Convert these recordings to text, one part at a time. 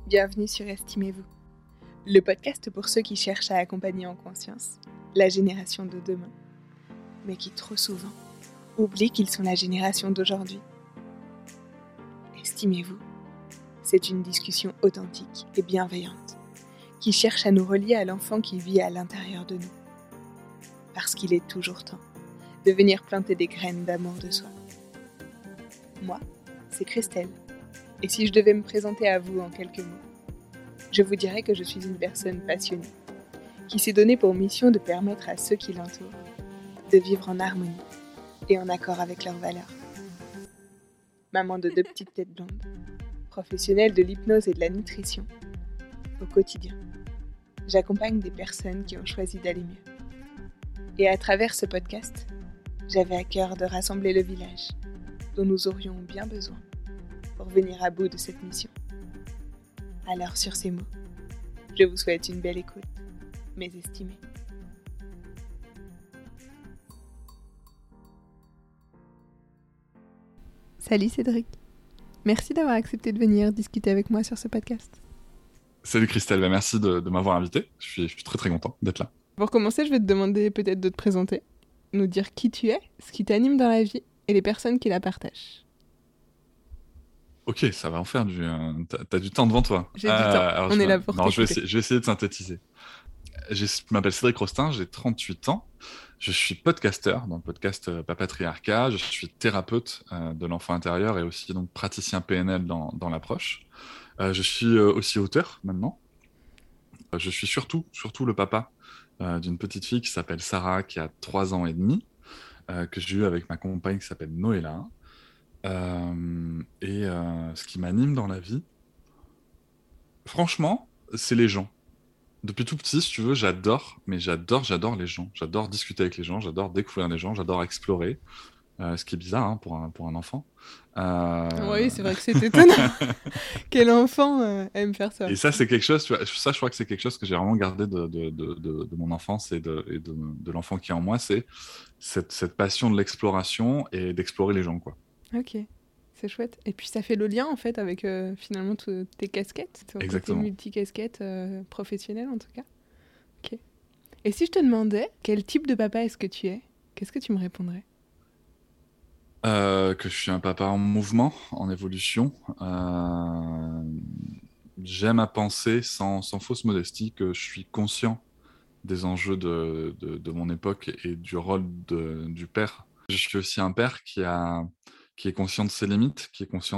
Bienvenue sur Estimez-vous, le podcast pour ceux qui cherchent à accompagner en conscience la génération de demain, mais qui trop souvent oublient qu'ils sont la génération d'aujourd'hui. Estimez-vous, c'est une discussion authentique et bienveillante qui cherche à nous relier à l'enfant qui vit à l'intérieur de nous. Parce qu'il est toujours temps de venir planter des graines d'amour de soi. Moi, c'est Christelle. Et si je devais me présenter à vous en quelques mots, je vous dirais que je suis une personne passionnée, qui s'est donnée pour mission de permettre à ceux qui l'entourent de vivre en harmonie et en accord avec leurs valeurs. Maman de 2 petites têtes blondes, professionnelle de l'hypnose et de la nutrition, au quotidien, j'accompagne des personnes qui ont choisi d'aller mieux. Et à travers ce podcast, j'avais à cœur de rassembler le village, dont nous aurions bien besoin pour venir à bout de cette mission. Alors sur ces mots, je vous souhaite une belle écoute, mes estimés. Salut Cédric, merci d'avoir accepté de venir discuter avec moi sur ce podcast. Salut Christelle, merci de m'avoir invité. Je suis très très content d'être là. Pour commencer, je vais te demander peut-être de te présenter, nous dire qui tu es, ce qui t'anime dans la vie et les personnes qui la partagent. Ok, ça va en faire t'as du temps devant toi. J'ai du temps, on est là pour je vais essayer de synthétiser. Je m'appelle Cédric Rostin, j'ai 38 ans. Je suis podcasteur dans le podcast Papatriarcat. Je suis thérapeute de l'enfant intérieur et aussi donc praticien PNL dans l'approche. Je suis aussi auteur maintenant. Je suis surtout le papa d'une petite fille qui s'appelle Sarah, qui a 3 ans et demi, que j'ai eu avec ma compagne qui s'appelle Noëlla. Ce qui m'anime dans la vie, franchement, c'est les gens. Depuis tout petit, si tu veux, j'adore les gens. J'adore discuter avec les gens, j'adore découvrir les gens, j'adore explorer. Ce qui est bizarre hein, pour un enfant. Oui, c'est vrai que c'est étonnant. Quel enfant aime faire ça? Et ça, c'est quelque chose, tu vois, ça, je crois que c'est quelque chose que j'ai vraiment gardé de mon enfance et de l'enfant qui est en moi, c'est cette passion de l'exploration et d'explorer les gens, quoi. Ok, c'est chouette. Et puis ça fait le lien en fait avec finalement toutes tes casquettes, ton côté multi-casquette professionnelle en tout cas. Ok. Et si je te demandais quel type de papa est-ce que tu es, qu'est-ce que tu me répondrais? Que je suis un papa en mouvement, en évolution. J'aime à penser, sans fausse modestie, que je suis conscient des enjeux de mon époque et du rôle du père. Je suis aussi un père qui est conscient de ses limites, qui est conscient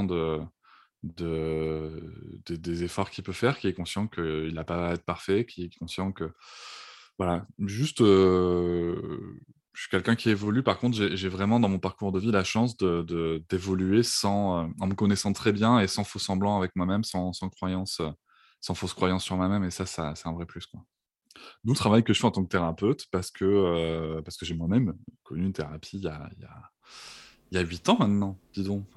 des efforts qu'il peut faire, qui est conscient qu'il n'a pas à être parfait, qui est conscient que... Voilà, juste... je suis quelqu'un qui évolue. Par contre, j'ai vraiment dans mon parcours de vie la chance d'évoluer en me connaissant très bien et sans faux semblant avec moi-même, sans croyance, sans fausse croyance sur moi-même. Et ça, c'est un vrai plus, quoi. D'où le travail que je fais en tant que thérapeute, parce que j'ai moi-même connu une thérapie il y a 8 ans maintenant, dis donc.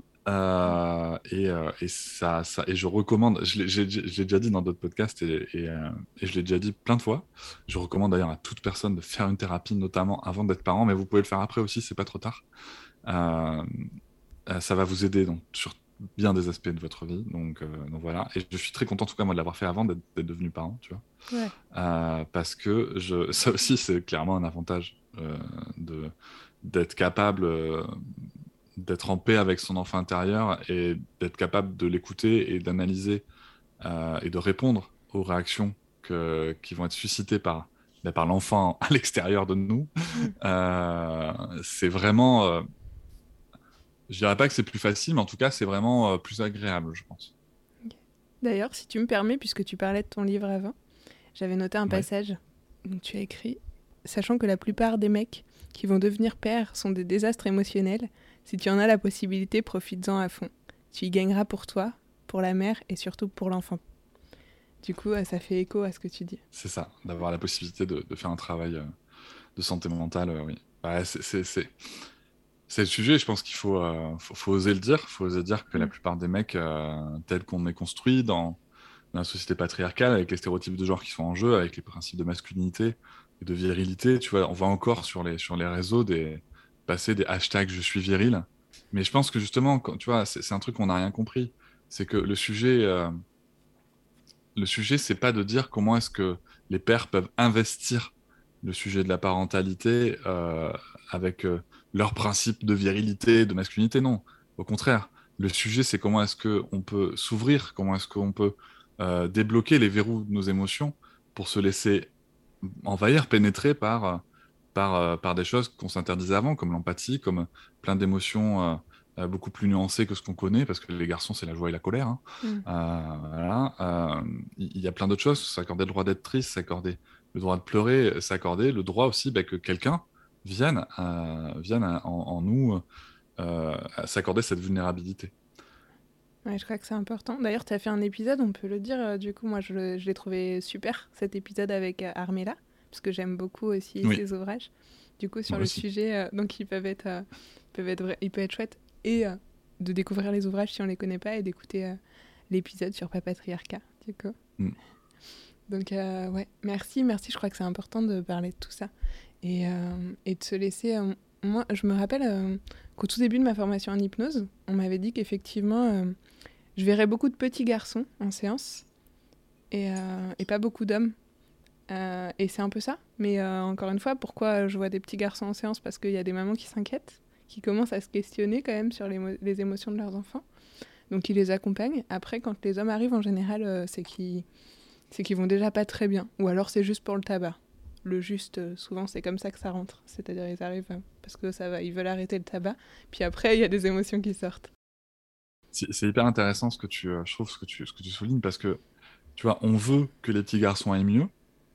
Et je recommande, je l'ai déjà dit dans d'autres podcasts et je l'ai déjà dit plein de fois. Je recommande d'ailleurs à toute personne de faire une thérapie, notamment avant d'être parent, mais vous pouvez le faire après aussi, c'est pas trop tard. Euh, Ça va vous aider sur bien des aspects de votre vie. Donc voilà. Et je suis très content, en tout cas, moi, de l'avoir fait avant d'être devenu parent, tu vois. Ouais. Parce que ça aussi, c'est clairement un avantage d'être capable d'être en paix avec son enfant intérieur et d'être capable de l'écouter et d'analyser et de répondre aux réactions qui vont être suscitées par l'enfant à l'extérieur de nous. C'est vraiment... je dirais pas que c'est plus facile, mais en tout cas, c'est vraiment plus agréable, je pense. Okay. D'ailleurs, si tu me permets, puisque tu parlais de ton livre avant, j'avais noté un passage où tu as écrit « Sachant que la plupart des mecs qui vont devenir pères sont des désastres émotionnels, si tu en as la possibilité, profites-en à fond. Tu y gagneras pour toi, pour la mère et surtout pour l'enfant. » Du coup, ça fait écho à ce que tu dis. C'est ça, d'avoir la possibilité de faire un travail de santé mentale, oui. Bah, c'est le sujet, je pense qu'il faut oser le dire. Il faut oser dire que la plupart des mecs, tels qu'on est construit dans la société patriarcale, avec les stéréotypes de genre qui sont en jeu, avec les principes de masculinité et de virilité, tu vois, on voit encore sur les réseaux passer des hashtags je suis viril. Mais je pense que justement, tu vois, c'est un truc qu'on n'a rien compris. C'est que le sujet le sujet, c'est pas de dire comment est-ce que les pères peuvent investir le sujet de la parentalité avec leurs principes de virilité, de masculinité. Non, au contraire. Le sujet, c'est comment est-ce qu'on peut s'ouvrir, comment est-ce qu'on peut débloquer les verrous de nos émotions pour se laisser envahir, pénétrer par des choses qu'on s'interdisait avant, comme l'empathie, comme plein d'émotions beaucoup plus nuancées que ce qu'on connaît, parce que les garçons, c'est la joie et la colère. Hein. Mm. Voilà. Il y a plein d'autres choses, s'accorder le droit d'être triste, s'accorder le droit de pleurer, s'accorder le droit aussi que quelqu'un vienne en nous s'accorder cette vulnérabilité. Ouais, je crois que c'est important. D'ailleurs, tu as fait un épisode, on peut le dire. Du coup, moi, je l'ai trouvé super, cet épisode avec Armella, parce que j'aime beaucoup aussi Oui, ses ouvrages. Du coup, sur moi le aussi. sujet, donc il peut être chouette. Et de découvrir les ouvrages si on les connaît pas et d'écouter l'épisode sur Papatriarcat, du coup. Mm. Donc, ouais, merci. Je crois que c'est important de parler de tout ça. Et de se laisser... moi, je me rappelle qu'au tout début de ma formation en hypnose, on m'avait dit qu'effectivement, je verrais beaucoup de petits garçons en séance et pas beaucoup d'hommes. Et c'est un peu ça. Mais encore une fois, pourquoi je vois des petits garçons en séance? Parce qu'il y a des mamans qui s'inquiètent, qui commencent à se questionner quand même sur les émotions de leurs enfants. Donc ils les accompagnent. Après, quand les hommes arrivent, en général, c'est qu'ils vont déjà pas très bien. Ou alors c'est juste pour le tabac. Le juste, souvent c'est comme ça que ça rentre. C'est-à-dire ils arrivent parce que ça va, ils veulent arrêter le tabac. Puis après, il y a des émotions qui sortent. C'est hyper intéressant je trouve ce que tu soulignes, parce que, tu vois, on veut que les petits garçons aillent mieux,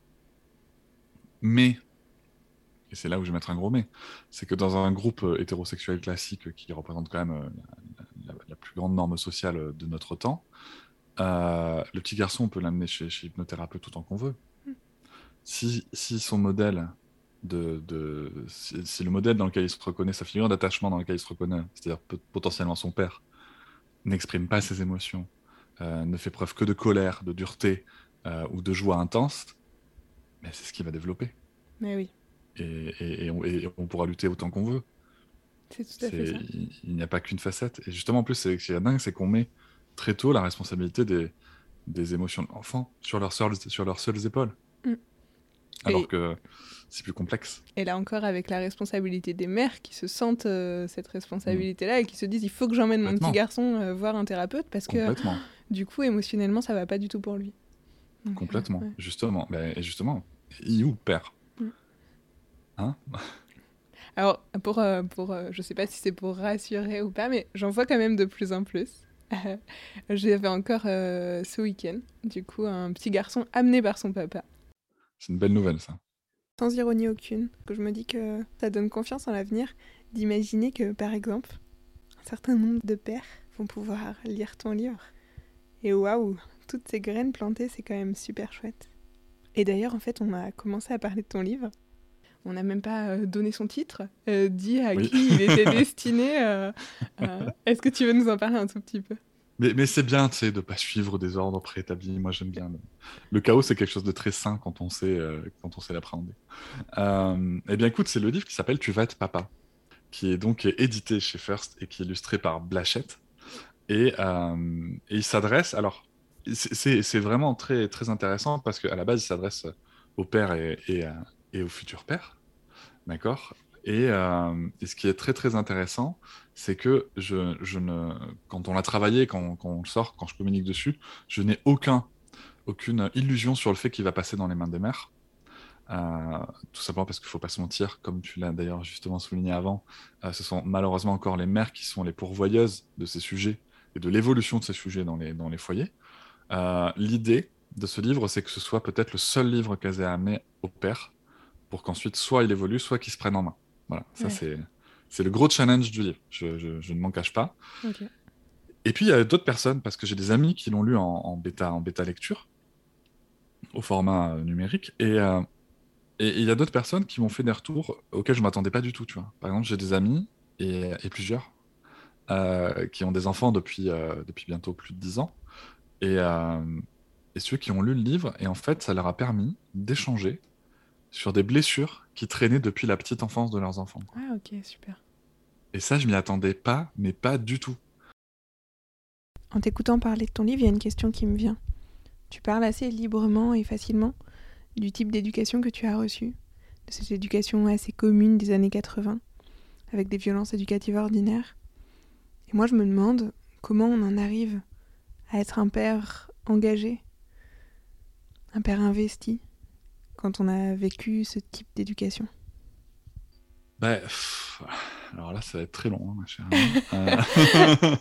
mais, et c'est là où je vais mettre un gros mais, c'est que dans un groupe hétérosexuel classique qui représente quand même la plus grande norme sociale de notre temps, le petit garçon, on peut l'amener chez hypnothérapeute autant qu'on veut. Si son modèle si le modèle dans lequel il se reconnaît, sa figure d'attachement dans lequel il se reconnaît, c'est-à-dire potentiellement son père, n'exprime pas ses émotions, ne fait preuve que de colère, de dureté ou de joie intense, mais c'est ce qu'il va développer. Mais oui, Et on pourra lutter autant qu'on veut. c'est tout à fait ça. Il n'y a pas qu'une facette. Et justement, en plus, ce qui est dingue, c'est qu'on met très tôt la responsabilité des émotions de l'enfant sur leurs seules épaules, Mm. alors Et, que c'est plus complexe. et là encore, avec la responsabilité des mères qui se sentent cette Mm. responsabilité-là et qui se disent il faut que j'emmène mon petit Complètement, garçon voir un thérapeute parce que complètement, du coup, émotionnellement, ça va pas du tout pour lui. Donc, complètement. ouais. Justement, et justement, you, père. Mm. Hein? Alors, je sais pas si c'est pour rassurer ou pas, mais j'en vois quand même de plus en plus. Euh, J'avais encore ce week-end, du coup, un petit garçon amené par son papa. C'est une belle nouvelle, ça. Sans ironie aucune, que je me dis que ça donne confiance en l'avenir d'imaginer que, par exemple, un certain nombre de pères vont pouvoir lire ton livre. Et waouh, toutes ces graines plantées, c'est quand même super chouette. Et d'ailleurs, en fait, on a commencé à parler de ton livre. On n'a même pas donné son titre, dit à Oui. qui il était destiné. Est-ce que tu veux nous en parler un tout petit peu? Mais c'est bien, tu sais, de pas suivre des ordres préétablis. Moi, j'aime bien. Le chaos, c'est quelque chose de très sain quand on sait l'appréhender. Eh bien, écoute, c'est le livre qui s'appelle Tu vas être papa, qui est donc édité chez First et qui est illustré par Blachette. Et il s'adresse, alors, c'est vraiment très, très intéressant parce qu'à la base, il s'adresse au père et au futur père, d'accord? Et ce qui est très, très intéressant, c'est que quand on l'a travaillé, quand on le sort, quand je communique dessus, je n'ai aucune illusion sur le fait qu'il va passer dans les mains des mères. Euh, Tout simplement parce qu'il ne faut pas se mentir, comme tu l'as d'ailleurs justement souligné avant, ce sont malheureusement encore les mères qui sont les pourvoyeuses de ces sujets et de l'évolution de ces sujets dans les foyers. L'idée de ce livre, c'est que ce soit peut-être le seul livre qu'elles aient amené au père, pour qu'ensuite soit il évolue, soit qu'il se prenne en main. Voilà, ça Ouais, c'est le gros challenge du livre, je ne m'en cache pas. ok. Et puis il y a d'autres personnes, parce que j'ai des amis qui l'ont lu en bêta lecture, au format numérique, et il y a d'autres personnes qui m'ont fait des retours auxquels je ne m'attendais pas du tout, tu vois. Par exemple, j'ai des amis, et plusieurs, qui ont des enfants depuis bientôt plus de 10 ans, et, euh, et ceux qui ont lu le livre, et en fait, ça leur a permis d'échanger sur des blessures qui traînaient depuis la petite enfance de leurs enfants, quoi. Ah, ok, super. Et ça, je m'y attendais pas, mais pas du tout. En t'écoutant parler de ton livre, il y a une question qui me vient. tu parles assez librement et facilement du type d'éducation que tu as reçu, de cette éducation assez commune des années 80, avec des violences éducatives ordinaires. Et moi, je me demande comment on en arrive à être un père engagé, un père investi, quand on a vécu ce type d'éducation. Bah, alors là, ça va être très long, hein, ma chère Anne.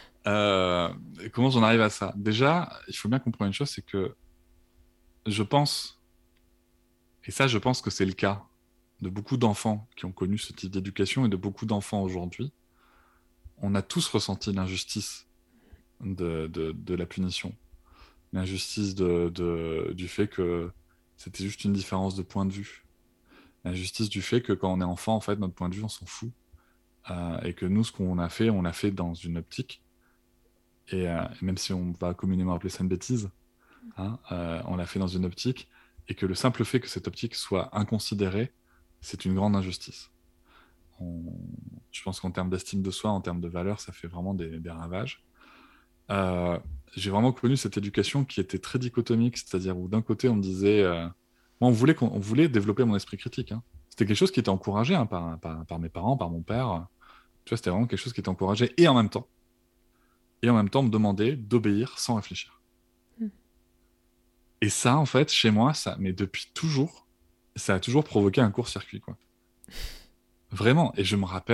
Comment j'en arrive à ça? Déjà, il faut bien comprendre une chose, c'est que je pense, et ça, je pense que c'est le cas de beaucoup d'enfants qui ont connu ce type d'éducation et de beaucoup d'enfants aujourd'hui, on a tous ressenti l'injustice de la punition. L'injustice du fait que c'était juste une différence de point de vue. L'injustice du fait que quand on est enfant, en fait, notre point de vue, on s'en fout. Et que nous, ce qu'on a fait, on l'a fait dans une optique. Et même si on va communément appeler ça une bêtise, hein, on l'a fait dans une optique. Et que le simple fait que cette optique soit inconsidérée, c'est une grande injustice. Je pense qu'en termes d'estime de soi, en termes de valeur, ça fait vraiment des ravages. Euh, j'ai vraiment connu cette éducation qui était très dichotomique, c'est-à-dire où d'un côté on me disait, moi on voulait développer mon esprit critique, hein. C'était quelque chose qui était encouragé, hein, par mes parents, par mon père. Tu vois, c'était vraiment quelque chose qui était encouragé et en même temps on me demandait d'obéir sans réfléchir. Mm. Et ça, en fait, chez moi, mais depuis toujours, ça a toujours provoqué un court-circuit, quoi. Vraiment. Et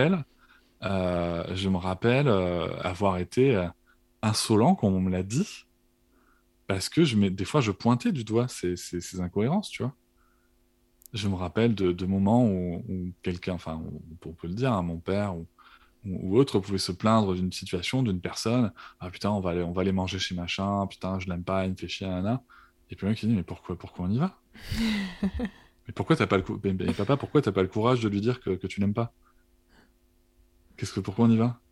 je me rappelle avoir été insolent quand on me l'a dit. Parce que des fois, je pointais du doigt ces incohérences, tu vois. Je me rappelle de moments où quelqu'un, enfin, on peut le dire, hein, mon père ou autre pouvait se plaindre d'une situation, d'une personne. Ah putain, on va aller manger chez machin. Putain, je l'aime pas, il me fait chier, nana. Et puis le mec qui dit, mais pourquoi on y va? Mais pourquoi t'as pas mais papa, pourquoi t'as pas le courage de lui dire que tu l'aimes pas? Pourquoi on y va?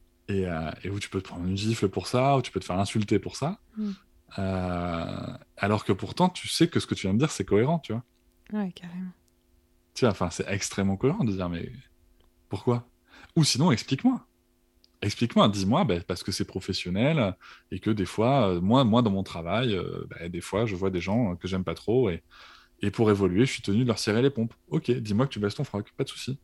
Et où tu peux te prendre une gifle pour ça, ou tu peux te faire insulter pour ça. Mm. Alors que pourtant, tu sais que ce que tu viens de dire, c'est cohérent, tu vois. Ouais, carrément. Tu vois, enfin, c'est extrêmement cohérent de dire, mais pourquoi? Ou sinon, explique-moi. Explique-moi, dis-moi, ben, parce que c'est professionnel et que des fois, moi, dans mon travail, ben, des fois, je vois des gens que j'aime pas trop et pour évoluer, je suis tenu de leur cirer les pompes. Ok, dis-moi que tu baisses ton froc, pas de souci.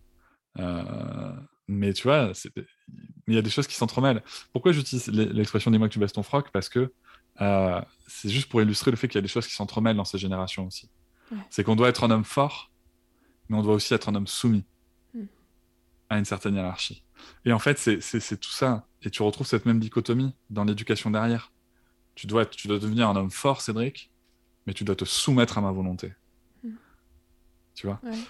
Euh, mais tu vois, il y a des choses qui s'entremêlent. Pourquoi j'utilise l'expression dis-moi que tu baisses ton froc? Parce que c'est juste pour illustrer le fait qu'il y a des choses qui s'entremêlent dans cette génération aussi. Ouais. C'est qu'on doit être un homme fort, mais on doit aussi être un homme soumis Mm. à une certaine hiérarchie. Et en fait, c'est tout ça. Et tu retrouves cette même dichotomie dans l'éducation derrière. Tu dois devenir un homme fort, Cédric, mais tu dois te soumettre à ma volonté. Mm. Tu vois? Ouais.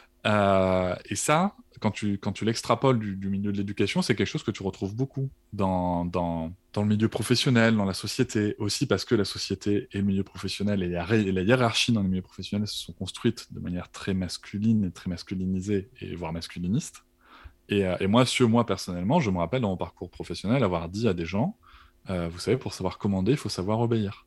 Et ça, quand tu l'extrapoles du milieu de l'éducation, c'est quelque chose que tu retrouves beaucoup dans le milieu professionnel, dans la société, aussi parce que la société et le milieu professionnel et la hiérarchie dans les milieux professionnels se sont construites de manière très masculine et très masculinisée, et voire masculiniste. Et moi, personnellement, je me rappelle dans mon parcours professionnel avoir dit à des gens, vous savez, pour savoir commander, il faut savoir obéir.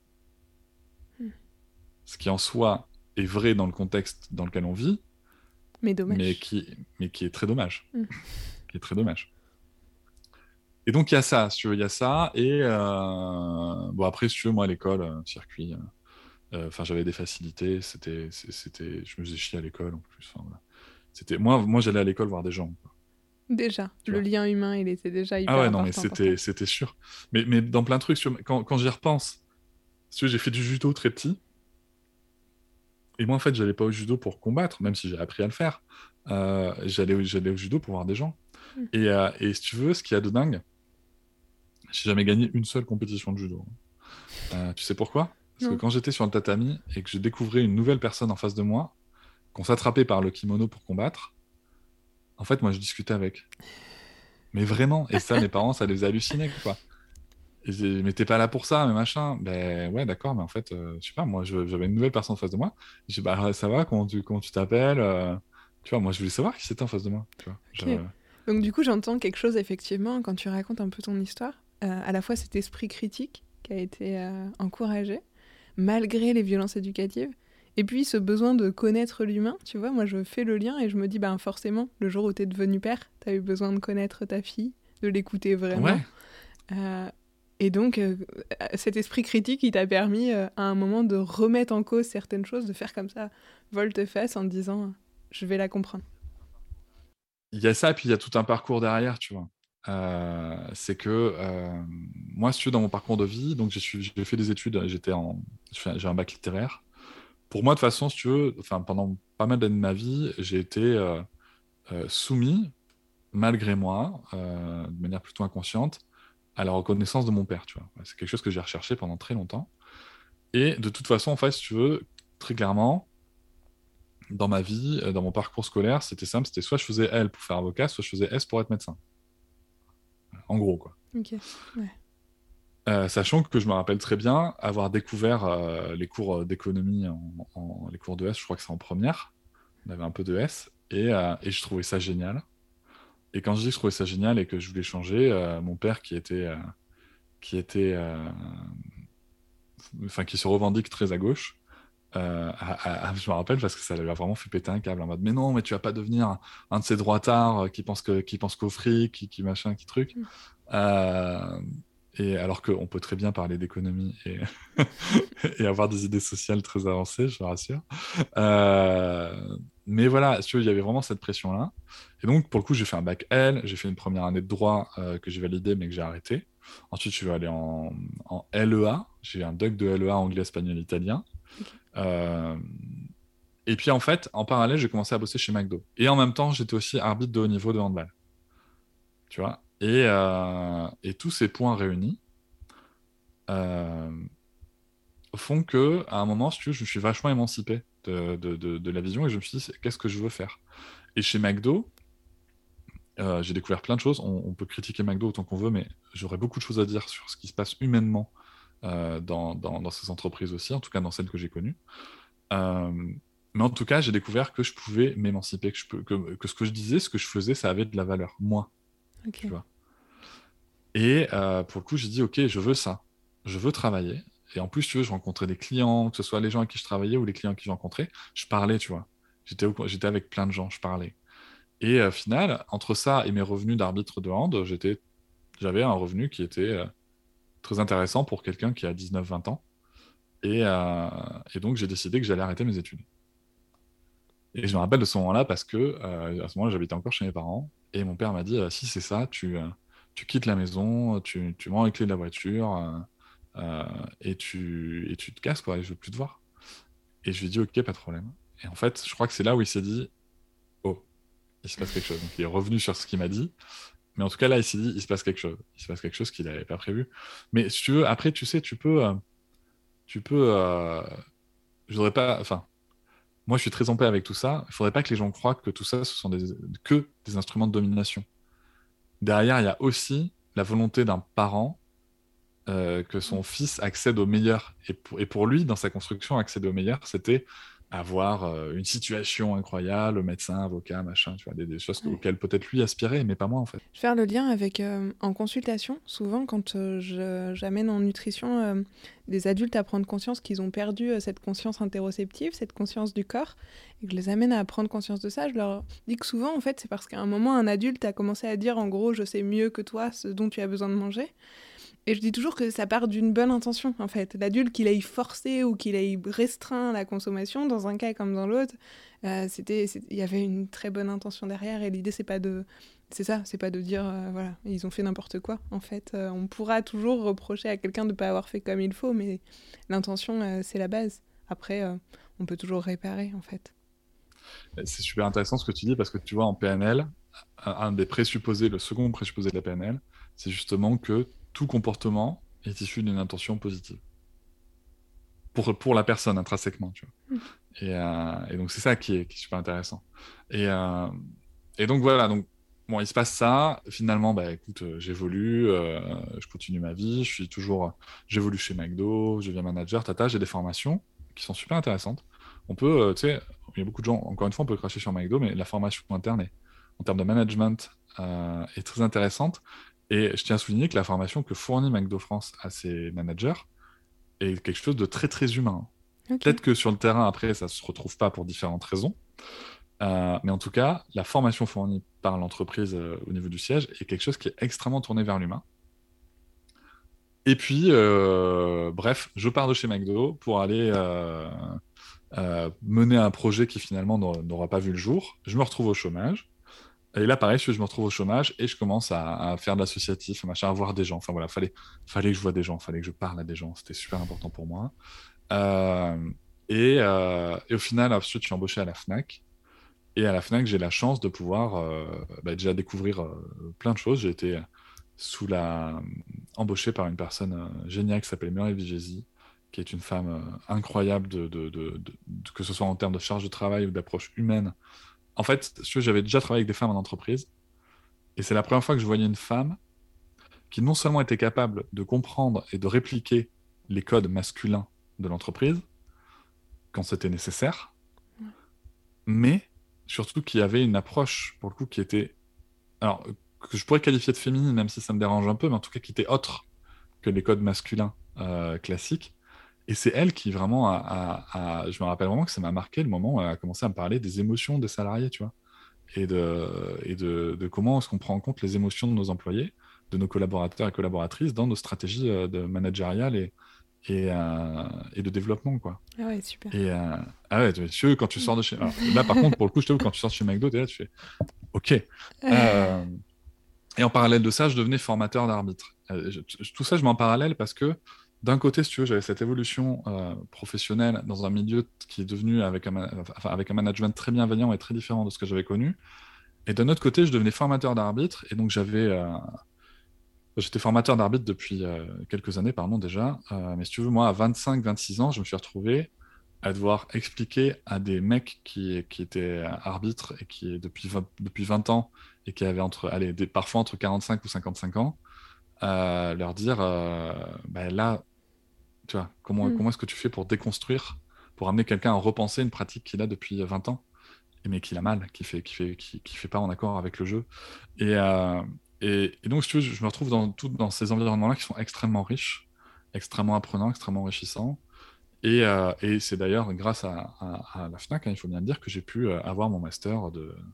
Mm. Ce qui en soi est vrai dans le contexte dans lequel on vit, Mais dommage. mais qui est très dommage. Mm. Qui est très dommage. Et donc, il y a ça, si tu veux, il y a ça. Et bon, après, si tu veux, moi, à l'école, circuit, enfin, j'avais des facilités. Je me faisais chier à l'école, en plus. Enfin, voilà. Moi, j'allais à l'école voir des gens, quoi, Déjà, tu le vois. lien humain, il était déjà Ah hyper ouais, non, mais important pour toi. c'était sûr. Mais dans plein de trucs, quand j'y repense, si tu veux, j'ai fait du judo très petit. Et moi, en fait, j'allais pas au judo pour combattre, même si j'ai appris à le faire. J'allais au judo pour voir des gens. Mm. Et si tu veux, ce qu'il y a de dingue, j'ai jamais gagné une seule compétition de judo. Tu sais pourquoi? Parce que Non. quand j'étais sur le tatami et que je découvrais une nouvelle personne en face de moi, qu'on s'attrapait par le kimono pour combattre, en fait, moi, je discutais avec. Mais vraiment. Et ça, mes parents, ça les hallucinait, quoi. Ils disaient, mais t'es pas là pour ça, mais machin. Ben ouais, d'accord, mais en fait, je sais pas, moi, j'avais une nouvelle personne en face de moi. Je dis, bah, ça va, comment tu t'appelles? Tu vois, moi, je voulais savoir qui c'était en face de moi. Tu vois, Ok. Donc du coup, j'entends quelque chose, effectivement, quand tu racontes un peu ton histoire. À la fois cet esprit critique qui a été encouragé, malgré les violences éducatives. Et puis ce besoin de connaître l'humain, tu vois, moi je fais le lien et je me dis, ben forcément, le jour où t'es devenu père, t'as eu besoin de connaître ta fille, de l'écouter vraiment. Ouais, Euh, Et donc, cet esprit critique, il t'a permis à un moment de remettre en cause certaines choses, de faire comme ça, volte-face en te disant je vais la comprendre. Il y a ça, puis il y a tout un parcours derrière, tu vois. C'est que moi, si tu veux, dans mon parcours de vie, donc j'ai fait des études, j'ai un bac littéraire. Pour moi, de toute façon, si tu veux, enfin, pendant pas mal d'années de ma vie, j'ai été soumis, malgré moi, de manière plutôt inconsciente, à la reconnaissance de mon père, tu vois. C'est quelque chose que j'ai recherché pendant très longtemps. Et de toute façon, en fait, si tu veux, très clairement, dans ma vie, dans mon parcours scolaire, c'était simple, c'était soit je faisais L pour faire avocat, soit je faisais S pour être médecin. En gros, quoi. Ok, ouais. Sachant que je me rappelle très bien avoir découvert les cours d'économie, les cours de S, je crois que c'est en première, on avait un peu de S, et je trouvais ça génial. Et quand je dis que je trouvais ça génial et que je voulais changer, mon père qui était, enfin qui se revendique très à gauche, je me rappelle parce que ça lui a vraiment fait péter un câble en mode mais non, mais tu vas pas devenir un de ces droitards qui pense qu'au fric, qui machin, qui truc. Mm. Euh, et alors qu'on peut très bien parler d'économie et, et avoir des idées sociales très avancées, je te rassure. Mais voilà, si tu veux, il y avait vraiment cette pression-là. Et donc, pour le coup, j'ai fait un bac L, j'ai fait une première année de droit que j'ai validée mais que j'ai arrêté. Ensuite, je suis allé en LEA, j'ai eu un doc de LEA anglais, espagnol, italien. Ok. Euh, et puis en fait, en parallèle, j'ai commencé à bosser chez McDo. Et en même temps, j'étais aussi arbitre de haut niveau de handball. Tu vois. Et tous ces points réunis euh, font que, à un moment, si tu veux, je me suis vachement émancipé de la vision et je me suis dit, qu'est-ce que je veux faire? Et chez McDo, j'ai découvert plein de choses. On peut critiquer McDo autant qu'on veut, mais j'aurais beaucoup de choses à dire sur ce qui se passe humainement dans ces entreprises aussi, en tout cas dans celles que j'ai connues. Euh, mais en tout cas, j'ai découvert que je pouvais m'émanciper, que ce que je disais, ce que je faisais, ça avait de la valeur, moi, tu Ok. vois. Et pour le coup, j'ai dit, OK, je veux ça. Je veux travailler. Et en plus, tu veux, je rencontrais des clients, que ce soit les gens avec qui je travaillais ou les clients qui je rencontrais. Je parlais, tu vois. J'étais avec plein de gens, je parlais. Et au final, entre ça et mes revenus d'arbitre de hand, j'avais un revenu qui était très intéressant pour quelqu'un qui a 19-20 ans. Et donc, j'ai décidé que j'allais arrêter mes études. Et je me rappelle de ce moment-là parce que à ce moment-là, j'habitais encore chez mes parents. Et mon père m'a dit, si c'est ça, tu quittes la maison, tu vends les clés de la voiture et tu te casses, quoi, et je veux plus te voir. Et je lui ai dit, ok, pas de problème. Et en fait, je crois que c'est là où il s'est dit, oh, il se passe quelque chose. Donc il est revenu sur ce qu'il m'a dit. Mais en tout cas, là, il s'est dit, il se passe quelque chose. Il se passe quelque chose qu'il n'avait pas prévu. Mais si tu veux, après, tu sais, tu peux, je voudrais pas, enfin, moi, je suis très en paix avec tout ça. Il faudrait pas que les gens croient que tout ça, ce sont que des instruments de domination. Derrière, il y a aussi la volonté d'un parent que son fils accède au meilleur. Et pour lui, dans sa construction, accéder au meilleur, c'était avoir une situation incroyable, médecin, avocat, machin, tu vois, des choses Ouais. auxquelles peut-être lui aspirait, mais pas moi, en fait. Je vais faire le lien avec, en consultation, souvent quand j'amène en nutrition des adultes à prendre conscience qu'ils ont perdu cette conscience interoceptive, cette conscience du corps, et que je les amène à prendre conscience de ça, je leur dis que souvent, en fait, c'est parce qu'à un moment, un adulte a commencé à dire, en gros, je sais mieux que toi ce dont tu as besoin de manger. Et je dis toujours que ça part d'une bonne intention, en fait. L'adulte, qu'il aille forcer ou qu'il aille restreint la consommation, dans un cas comme dans l'autre, il y avait une très bonne intention derrière. Et l'idée, c'est pas de... C'est ça, c'est pas de dire, voilà, ils ont fait n'importe quoi. En fait, on pourra toujours reprocher à quelqu'un de ne pas avoir fait comme il faut, mais l'intention, c'est la base. Après, on peut toujours réparer, en fait. C'est super intéressant ce que tu dis parce que tu vois, en PNL, un des présupposés, le second présupposé de la PNL, c'est justement que tout comportement est issu d'une intention positive. Pour la personne intrinsèquement, tu vois. Mm. Et donc c'est ça qui est super intéressant. Et, euh, et donc voilà, donc bon, il se passe ça. Finalement, bah écoute, j'évolue, je continue ma vie, j'évolue chez McDo, je deviens manager, tata, j'ai des formations qui sont super intéressantes. On peut, tu sais, il y a beaucoup de gens, encore une fois, on peut cracher sur McDo, mais la formation interne en termes de management est très intéressante. Et je tiens à souligner que la formation que fournit McDo France à ses managers est quelque chose de très très humain. Ok. Peut-être que sur le terrain, après, ça se retrouve pas pour différentes raisons. Mais en tout cas, la formation fournie par l'entreprise au niveau du siège est quelque chose qui est extrêmement tourné vers l'humain. Et puis, bref, je pars de chez McDo pour aller mener un projet qui finalement n'aura pas vu le jour. Je me retrouve au chômage. Et là, pareil, je me retrouve au chômage et je commence à faire de l'associatif, machin, à voir des gens. Enfin voilà, fallait que je voie des gens, fallait que je parle à des gens. C'était super important pour moi. Euh, et au final, ensuite, je suis embauché à la Fnac. Et à la Fnac, j'ai la chance de pouvoir déjà découvrir plein de choses. J'ai été embauché par une personne géniale qui s'appelle Muriel Vigesi, qui est une femme incroyable, que ce soit en termes de charge de travail ou d'approche humaine. En fait, si tu veux, j'avais déjà travaillé avec des femmes en entreprise, et c'est la première fois que je voyais une femme qui non seulement était capable de comprendre et de répliquer les codes masculins de l'entreprise quand c'était nécessaire, mais surtout qui avait une approche, pour le coup, qui était, alors, que je pourrais qualifier de féminine, même si ça me dérange un peu, mais en tout cas qui était autre que les codes masculins classiques. Et c'est elle qui vraiment je me rappelle vraiment que ça m'a marqué le moment où elle a commencé à me parler des émotions des salariés, tu vois, et de comment est-ce qu'on prend en compte les émotions de nos employés, de nos collaborateurs et collaboratrices dans nos stratégies de managériales et de développement, quoi. Ah ouais, super. Et ah ouais, monsieur, quand tu sors de chez... Alors, là, par contre, pour le coup, je t'avoue, quand tu sors de chez McDo, t'es là, tu fais OK. Euh, et en parallèle de ça, je devenais formateur d'arbitre. Tout ça, je mets en parallèle parce que d'un côté, si tu veux, j'avais cette évolution professionnelle dans un milieu qui est devenu avec un management très bienveillant et très différent de ce que j'avais connu. Et d'un autre côté, je devenais formateur d'arbitre. Et donc, j'étais formateur d'arbitre depuis quelques années, pardon, déjà. Mais si tu veux, moi, à 25-26 ans, je me suis retrouvé à devoir expliquer à des mecs qui étaient arbitres et qui, depuis 20 ans, et qui avaient allez, parfois entre 45 ou 55 ans, leur dire, bah, là, tu vois, Mm. comment est-ce que tu fais pour déconstruire, pour amener quelqu'un à repenser une pratique qu'il a depuis 20 ans, mais qu'il a mal, qui fait pas en accord avec le jeu. Et, euh, et donc, si tu veux, je me retrouve dans ces environnements-là qui sont extrêmement riches, extrêmement apprenants, extrêmement enrichissants. Et c'est d'ailleurs grâce à la Fnac, hein, il faut bien le dire, que j'ai pu avoir mon master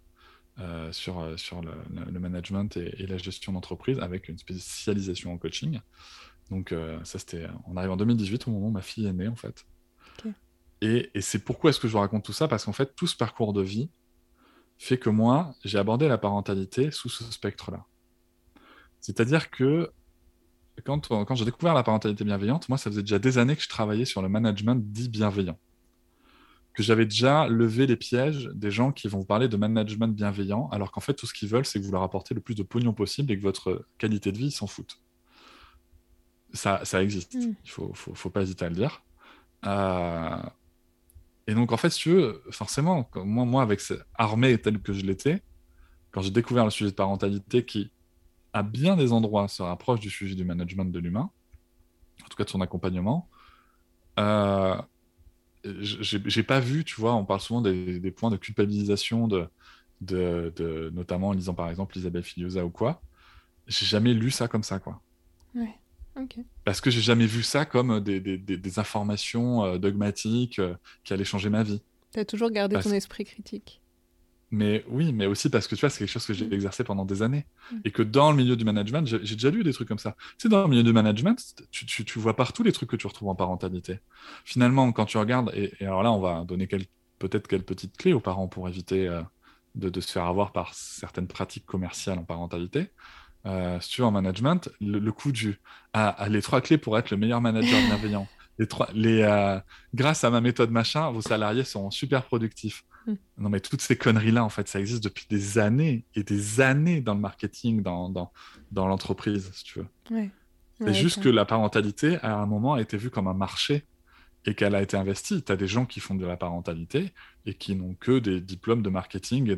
sur le management et la gestion d'entreprise avec une spécialisation en coaching. Donc ça, on arrive en 2018 au moment où ma fille est née, en fait. Ok. Et c'est pourquoi est-ce que je vous raconte tout ça? Parce qu'en fait, tout ce parcours de vie fait que moi, j'ai abordé la parentalité sous ce spectre-là. C'est-à-dire que quand j'ai découvert la parentalité bienveillante, moi, ça faisait déjà des années que je travaillais sur le management dit bienveillant, que j'avais déjà levé les pièges des gens qui vont vous parler de management bienveillant, alors qu'en fait, tout ce qu'ils veulent, c'est que vous leur apportez le plus de pognon possible et que votre qualité de vie, ils s'en foutent. Ça existe, Mm. faut pas hésiter à le dire. Euh, et donc, en fait, si tu veux, forcément, moi avec armé tel que je l'étais, quand j'ai découvert le sujet de parentalité qui, à bien des endroits, se rapproche du sujet du management de l'humain, en tout cas de son accompagnement, euh, j'ai pas vu, tu vois, on parle souvent des points de culpabilisation notamment en lisant par exemple Isabelle Filiosa ou quoi. J'ai jamais lu ça comme ça, quoi. Ouais. Ok. Parce que j'ai jamais vu ça comme des informations dogmatiques qui allaient changer ma vie. T'as toujours gardé ton Parce esprit critique. Mais oui, mais aussi parce que tu vois, c'est quelque chose que j'ai Mm. exercé pendant des années. Mm. Et que dans le milieu du management, j'ai déjà lu des trucs comme ça. Tu sais, dans le milieu du management, tu vois partout les trucs que tu retrouves en parentalité. Finalement, quand tu regardes, et alors là, on va donner peut-être quelques petites clés aux parents pour éviter de se faire avoir par certaines pratiques commerciales en parentalité. Si tu veux, en management, le coup les trois clés pour être le meilleur manager bienveillant. Grâce à ma méthode machin, vos salariés seront super productifs. Mm. Non, mais toutes ces conneries-là, en fait, ça existe depuis des années et des années dans le marketing, dans l'entreprise, si tu veux. Ouais. C'est Ouais, juste que la parentalité, à un moment, a été vue comme un marché et qu'elle a été investie. Tu as des gens qui font de la parentalité et qui n'ont que des diplômes de marketing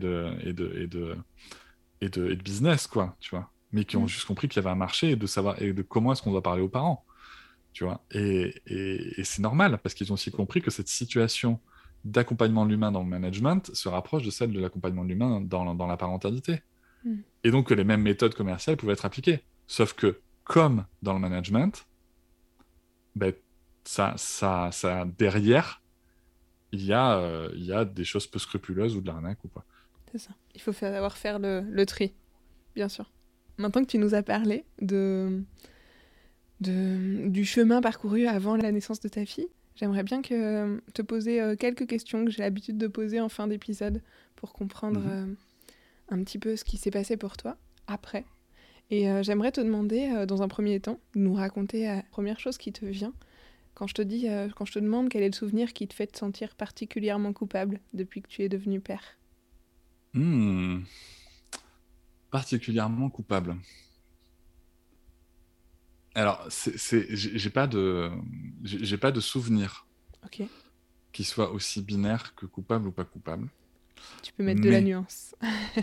et de business, quoi, tu vois. Mais qui ont Mm. juste compris qu'il y avait un marché et de savoir et de comment est-ce qu'on doit parler aux parents, tu vois. Et c'est normal parce qu'ils ont aussi compris que cette situation d'accompagnement de l'humain dans le management se rapproche de celle de l'accompagnement de l'humain dans la parentalité. Mm. Et donc que les mêmes méthodes commerciales pouvaient être appliquées. Sauf que, comme dans le management, ben, derrière, il y a des choses peu scrupuleuses ou de l'arnaque ou quoi. C'est ça. Il faut savoir faire le tri, bien sûr. Maintenant que tu nous as parlé du chemin parcouru avant la naissance de ta fille. J'aimerais bien te poser quelques questions que j'ai l'habitude de poser en fin d'épisode pour comprendre un petit peu ce qui s'est passé pour toi après. Et j'aimerais te demander, dans un premier temps, de nous raconter la première chose qui te vient quand je te demande quel est le souvenir qui te fait te sentir particulièrement coupable depuis que tu es devenu père. Hmm, particulièrement coupable. Alors, j'ai pas de souvenir Ok, qui soit aussi binaire que coupable ou pas coupable. tu peux mettre de la Mais, nuance.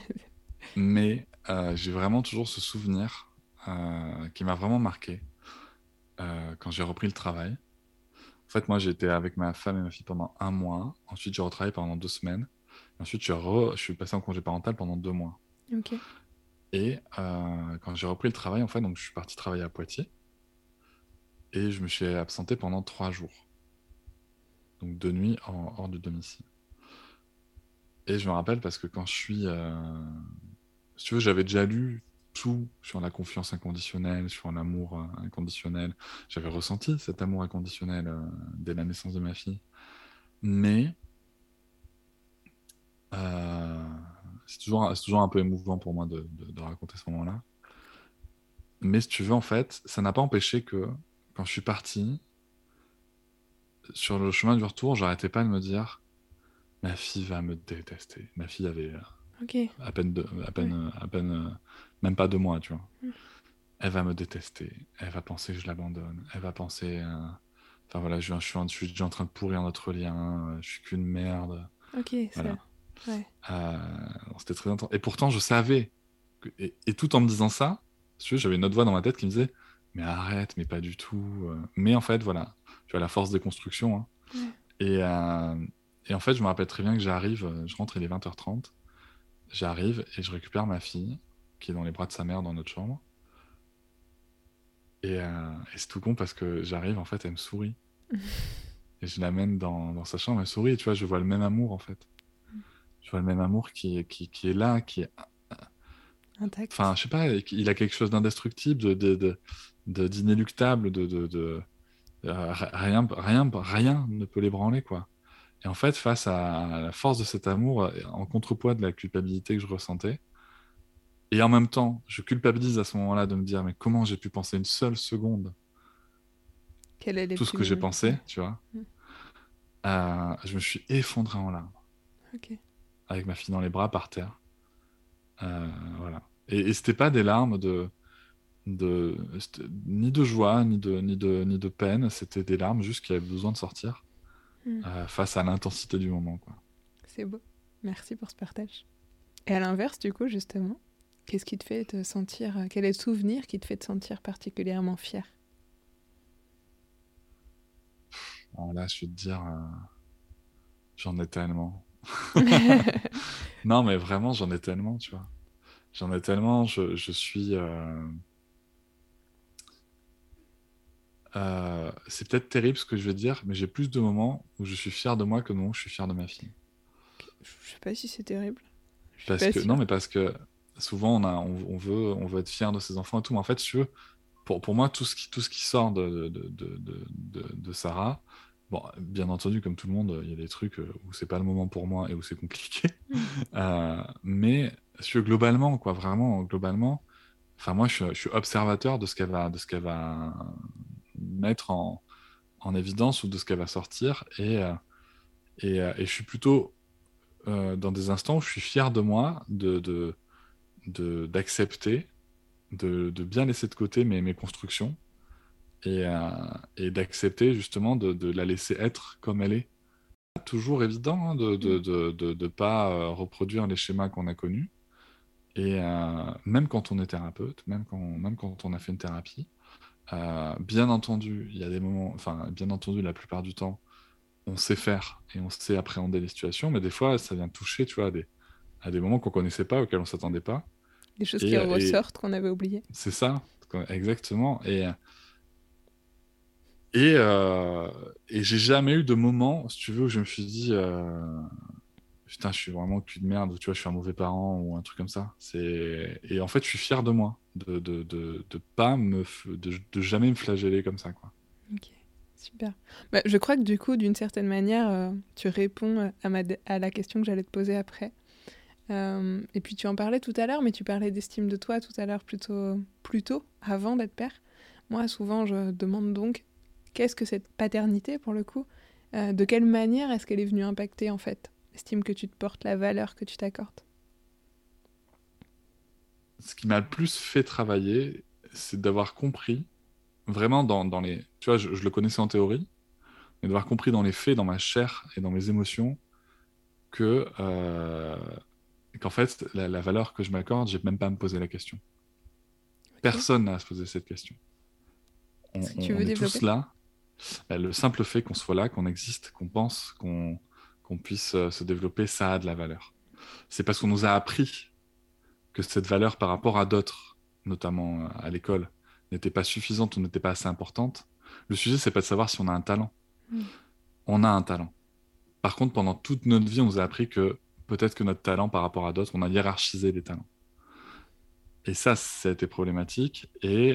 j'ai vraiment toujours ce souvenir qui m'a vraiment marqué quand j'ai repris le travail. En fait, moi, j'étais avec ma femme et ma fille pendant 1 mois. Ensuite, j'ai retravaillé pendant 2 semaines. Ensuite, je suis passé en congé parental pendant 2 mois. Ok, Et quand j'ai repris le travail, en fait, donc je suis parti travailler à Poitiers et je me suis absenté pendant 3 jours. Donc 2 nuits hors du domicile. Et je me rappelle parce que quand je suis, si tu veux, j'avais déjà lu tout sur la confiance inconditionnelle, sur l'amour inconditionnel. J'avais ressenti cet amour inconditionnel dès la naissance de ma fille. Mais euh, c'est toujours un peu émouvant pour moi de raconter ce moment-là. Mais si tu veux, en fait, ça n'a pas empêché que quand je suis parti, sur le chemin du retour, j'arrêtais pas de me dire, ma fille va me détester. Ma fille avait ok, ouais. même pas 2 mois, tu vois. Mm. Elle va me détester. Elle va penser que je l'abandonne. Elle va penser, enfin voilà, je suis déjà en train de pourrir notre lien. Je suis qu'une merde. Ok, ça. Voilà. Ouais. C'était très intense. Et pourtant, je savais. Et tout en me disant ça, si tu veux, j'avais une autre voix dans ma tête qui me disait, mais arrête, mais pas du tout. Mais en fait, voilà, tu vois, la force des constructions. Hein. Ouais. Et, et en fait, je me rappelle très bien que j'arrive, je rentre, il est 20h30. J'arrive et je récupère ma fille, qui est dans les bras de sa mère dans notre chambre. Et c'est tout con parce que j'arrive, en fait, elle me sourit. Et je l'amène dans sa chambre, elle sourit, et tu vois, je vois le même amour, en fait. Je vois le même amour qui est là, qui est. Enfin, Intact. je sais pas, il a quelque chose d'indestructible, d'inéluctable, rien ne peut l'ébranler, quoi. Et en fait, face à la force de cet amour, en contrepoids de la culpabilité que je ressentais, et en même temps, je culpabilise à ce moment-là de me dire, mais comment j'ai pu penser une seule seconde Quelle elle est tout ce que j'ai plus... pensé, Ouais. tu vois. Mm. Je me suis effondré en larmes, Ok. avec ma fille dans les bras par terre. Voilà. Et c'était pas des larmes ni de joie, ni de peine, c'était des larmes juste qui avaient besoin de sortir Mm. face à l'intensité du moment, quoi. C'est beau. Merci pour ce partage. Et à l'inverse, du coup, justement, qu'est-ce qui te fait te sentir... Quel est le souvenir qui te fait te sentir particulièrement fier? Alors là, je vais te dire, j'en ai tellement. Non, mais vraiment, j'en ai tellement, tu vois. J'en ai tellement, je suis... c'est peut-être terrible ce que je vais dire, mais j'ai plus de moments où je suis fier de moi que de moments où je suis fier de ma fille. Je sais pas si c'est terrible. Je suis Parce pas que, non, sûre. mais parce que souvent, on veut être fier de ses enfants et tout, mais en fait, si tu veux, pour moi, tout ce qui sort de Sarah, bon, bien entendu, comme tout le monde, il y a des trucs où c'est pas le moment pour moi et où c'est compliqué. Mm. Mais si tu veux, globalement, quoi, vraiment, globalement, enfin, moi, je suis observateur de ce qu'elle va mettre en évidence ou de ce qu'elle va sortir. Et je suis plutôt dans des instants où je suis fier de moi, d'accepter, de bien laisser de côté mes constructions et, euh, et d'accepter justement de la laisser être comme elle est. Pas toujours évident hein, Mm. de pas reproduire les schémas qu'on a connus. Et même quand on est thérapeute, même quand on a fait une thérapie, bien entendu, il y a des moments, enfin, bien entendu, la plupart du temps, on sait faire et on sait appréhender les situations, mais des fois, ça vient toucher, tu vois, à des moments qu'on connaissait pas, auxquels on s'attendait pas. Des choses qui Et ressortent qu'on avait oubliées. c'est ça, exactement. Et j'ai jamais eu de moment, si tu veux, où je me suis dit, putain, je suis vraiment cul de merde, ou tu vois, je suis un mauvais parent, ou un truc comme ça. Et en fait, je suis fier de moi, de pas de jamais me flageller comme ça, quoi. Ok, super. Bah, je crois que du coup, d'une certaine manière, tu réponds à la question que j'allais te poser après. Et puis tu en parlais tout à l'heure, mais tu parlais d'estime de toi tout à l'heure plus tôt, avant d'être père. Moi, souvent, je demande donc, qu'est-ce que cette paternité, pour le coup, de quelle manière est-ce qu'elle est venue impacter, en fait, l'estime que tu te portes, la valeur que tu t'accordes? Ce qui m'a le plus fait travailler, c'est d'avoir compris, vraiment dans les... Tu vois, je le connaissais en théorie, mais d'avoir compris dans les faits, dans ma chair et dans mes émotions, que qu'en fait, la valeur que je m'accorde, j'ai même pas à me poser la question. Ok. Personne n'a à se poser cette question. Est-ce que tu veux On est tous développer? là. Le simple fait qu'on soit là, qu'on existe, qu'on pense, qu'on puisse se développer, ça a de la valeur. C'est parce qu'on nous a appris que cette valeur par rapport à d'autres, notamment à l'école, n'était pas suffisante ou n'était pas assez importante. Le sujet, c'est pas de savoir si on a un talent. Mm. On a un talent. Par contre, pendant toute notre vie, on nous a appris que peut-être que notre talent par rapport à d'autres, on a hiérarchisé les talents. Et ça a été problématique.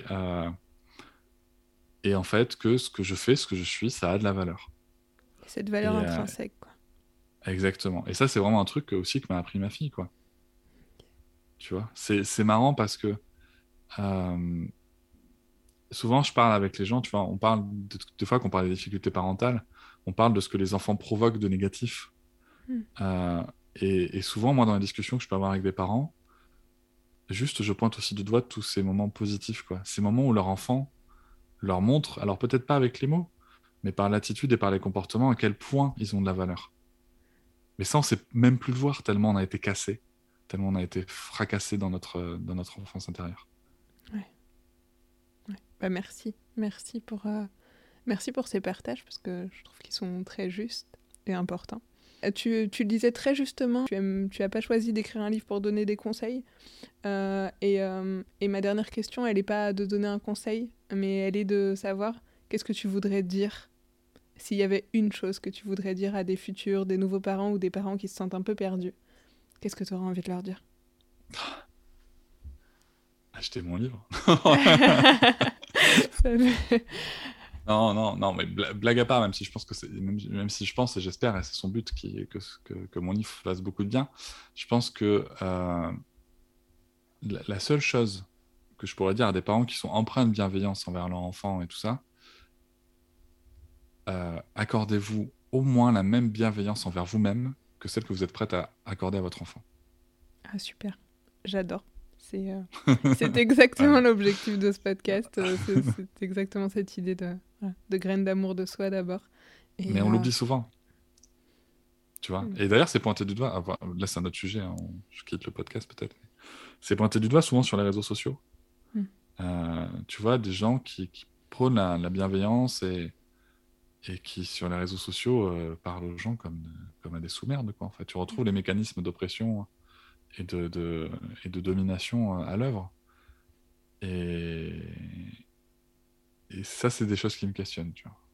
Et en fait, que ce que je fais, ce que je suis, ça a de la valeur. Cette valeur Et intrinsèque, quoi. exactement. Et ça, c'est vraiment un truc aussi que m'a appris ma fille, quoi. Tu vois, c'est marrant parce que euh, souvent, je parle avec les gens, tu vois, on parle des fois qu'on parle des difficultés parentales, on parle de ce que les enfants provoquent de négatif. Mm. Euh, et souvent, moi, dans les discussions que je peux avoir avec des parents, juste, je pointe aussi du doigt tous ces moments positifs, quoi. Ces moments où leur enfant leur montre, alors peut-être pas avec les mots, mais par l'attitude et par les comportements, à quel point ils ont de la valeur. Mais ça, on sait même plus le voir, tellement on a été cassé, tellement on a été fracassé dans notre enfance intérieure. Ouais, ouais. Bah, merci. Merci pour ces partages, parce que je trouve qu'ils sont très justes et importants. Tu le disais très justement, tu as pas choisi d'écrire un livre pour donner des conseils. Et ma dernière question, elle n'est pas de donner un conseil, mais elle est de savoir qu'est-ce que tu voudrais dire s'il y avait une chose que tu voudrais dire à des futurs, des nouveaux parents ou des parents qui se sentent un peu perdus. Qu'est-ce que tu aurais envie de leur dire? Achetez mon livre. Ça fait- Non, non, non, mais blague à part, même si je pense que même si je pense et j'espère, et c'est son but que mon livre fasse beaucoup de bien, je pense que la seule chose que je pourrais dire à des parents qui sont empreints de bienveillance envers leur enfant et tout ça, accordez-vous au moins la même bienveillance envers vous-même que celle que vous êtes prête à accorder à votre enfant. Ah, super, j'adore. C'est exactement Voilà. l'objectif de ce podcast. C'est exactement cette idée voilà, de graines d'amour de soi d'abord. Et Mais on l'oublie souvent, tu vois. hmm, Et d'ailleurs, c'est pointé du doigt. Ah, voilà, là, c'est un autre sujet, hein, je quitte le podcast peut-être. C'est pointé du doigt souvent sur les réseaux sociaux. hmm, Tu vois, des gens qui prônent la bienveillance et qui, sur les réseaux sociaux, parlent aux gens comme à des sous-merdes, quoi. En fait, tu retrouves les mécanismes d'oppression et et de domination à l'œuvre. Et, et ça, c'est des choses qui me questionnent, tu vois.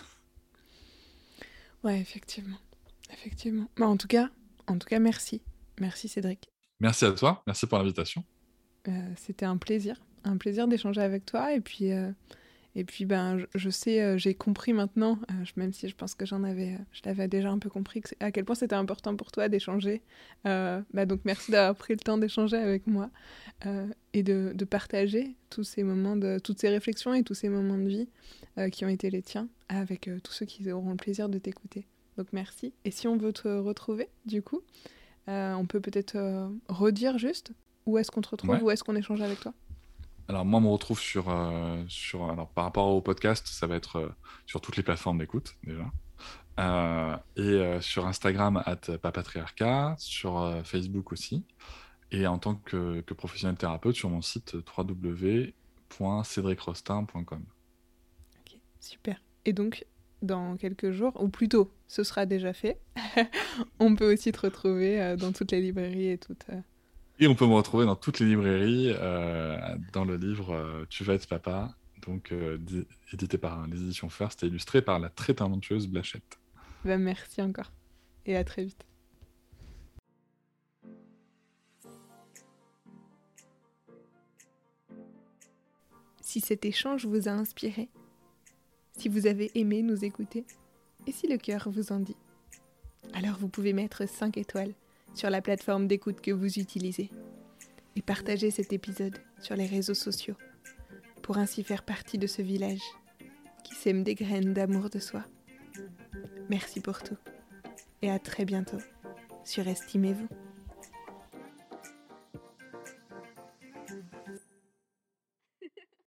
ouais, effectivement. Effectivement. Bah, en tout cas, merci. Merci Cédric. Merci à toi, merci pour l'invitation. C'était un plaisir d'échanger avec toi. Et puis ben, je sais, j'ai compris maintenant, même si je pense que je l'avais déjà un peu compris, à quel point c'était important pour toi d'échanger. Bah, donc merci d'avoir pris le temps d'échanger avec moi et de partager tous ces moments, toutes ces réflexions et tous ces moments de vie qui ont été les tiens avec tous ceux qui auront le plaisir de t'écouter. Donc merci. Et si on veut te retrouver, du coup, on peut peut-être redire juste où est-ce qu'on te retrouve, Ouais. où est-ce qu'on échange avec toi. Alors, moi, on me retrouve alors, par rapport au podcast, ça va être sur toutes les plateformes d'écoute, déjà. Sur Instagram, @papatriarcat, sur Facebook aussi. Et en tant que professionnel thérapeute, sur mon site www.cédricrostin.com. Ok, super. Et donc, dans quelques jours, ou plutôt, ce sera déjà fait, on peut aussi te retrouver dans toutes les librairies et toutes. Et on peut me retrouver dans toutes les librairies, dans le livre Tu vas être papa, donc édité par les éditions First et illustré par la très talentueuse Blachette. Bah, merci encore. Et à très vite. si cet échange vous a inspiré, si vous avez aimé nous écouter, et si le cœur vous en dit. Alors vous pouvez mettre 5 étoiles sur la plateforme d'écoute que vous utilisez et partager cet épisode sur les réseaux sociaux pour ainsi faire partie de ce village qui sème des graines d'amour de soi. Merci pour tout et à très bientôt sur Estimez-vous.